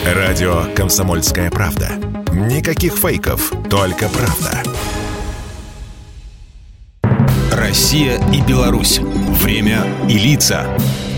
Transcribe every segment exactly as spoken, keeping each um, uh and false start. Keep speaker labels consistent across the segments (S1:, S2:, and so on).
S1: Радио «Комсомольская правда». Никаких фейков, только правда. Россия и Беларусь. Время и лица.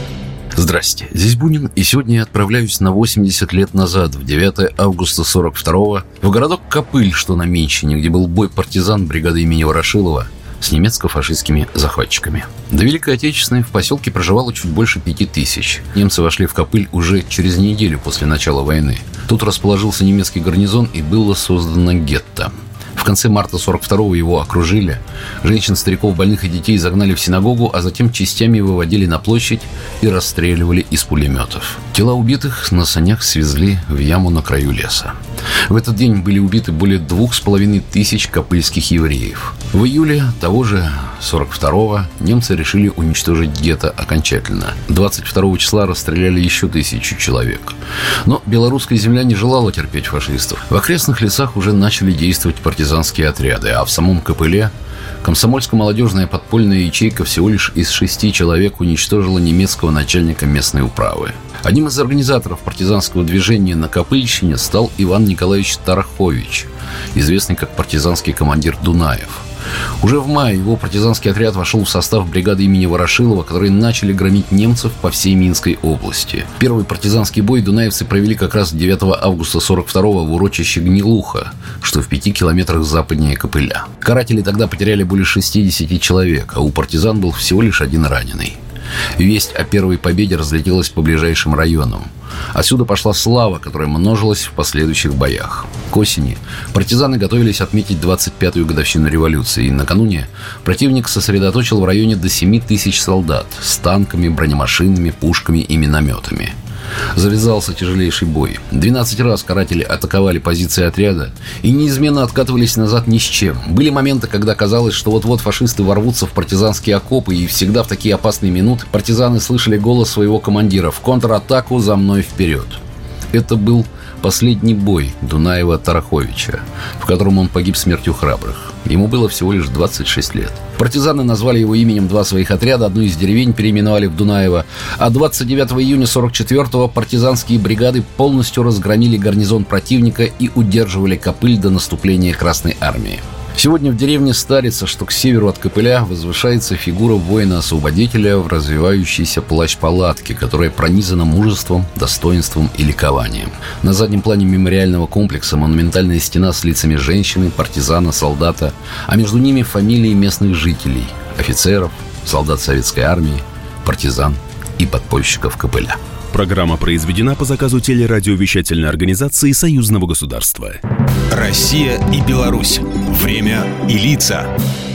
S2: Здрасте, здесь Бунин, и сегодня я отправляюсь на восемьдесят лет назад, в девятое августа сорок второго, в городок Копыль, что на Меньшине, где был бой партизан бригады имени Ворошилова с немецко-фашистскими захватчиками. До Великой Отечественной в поселке проживало чуть больше пяти тысяч. Немцы вошли в Копыль уже через неделю после начала войны. Тут расположился немецкий гарнизон и было создано гетто. В конце марта сорок второго его окружили. Женщин, стариков, больных и детей загнали в синагогу, а затем частями выводили на площадь и расстреливали из пулеметов. Тела убитых на санях свезли в яму на краю леса. В этот день были убиты более двух с половиной тысяч копыльских евреев. В июле того же сорок второго немцы решили уничтожить гетто окончательно. двадцать второго числа расстреляли еще тысячу человек. Но белорусская земля не желала терпеть фашистов. В окрестных лесах уже начали действовать партизанские отряды, а в самом Копыле комсомольско-молодежная подпольная ячейка всего лишь из шести человек уничтожила немецкого начальника местной управы. Одним из организаторов партизанского движения на Копыльщине стал Иван Николаевич Тарахович, известный как партизанский командир Дунаев. Уже в мае его партизанский отряд вошел в состав бригады имени Ворошилова, которые начали громить немцев по всей Минской области. Первый партизанский бой дунаевцы провели как раз девятого августа сорок второго в урочище Гнилуха, что в пяти километрах западнее Копыля. Каратели тогда потеряли более шестидесяти человек, а у партизан был всего лишь один раненый. Весть о первой победе разлетелась по ближайшим районам. Отсюда пошла слава, которая множилась в последующих боях. К осени партизаны готовились отметить двадцать пятую годовщину революции, и накануне противник сосредоточил в районе до семи тысяч солдат с танками, бронемашинами, пушками и минометами. Завязался тяжелейший бой. двенадцать раз каратели атаковали позиции отряда и неизменно откатывались назад ни с чем. Были моменты, когда казалось, что вот-вот фашисты ворвутся в партизанские окопы, и всегда в такие опасные минуты партизаны слышали голос своего командира: «В контратаку, за мной вперед!». Это был последний бой Дунаева-Тараховича, в котором он погиб смертью храбрых. Ему было всего лишь двадцать шесть лет. Партизаны назвали его именем два своих отряда, одну из деревень переименовали в Дунаево, а двадцать девятого июня сорок четвертого партизанские бригады полностью разгромили гарнизон противника и удерживали Копыль до наступления Красной Армии. Сегодня в деревне Старица, что к северу от Копыля, возвышается фигура воина-освободителя в развивающейся плащ-палатке, которая пронизана мужеством, достоинством и ликованием. На заднем плане мемориального комплекса монументальная стена с лицами женщины, партизана, солдата, а между ними фамилии местных жителей, офицеров, солдат советской армии, партизан и подпольщиков Копыля.
S3: Программа произведена по заказу телерадиовещательной организации Союзного государства.
S1: Россия и Беларусь. Время и лица.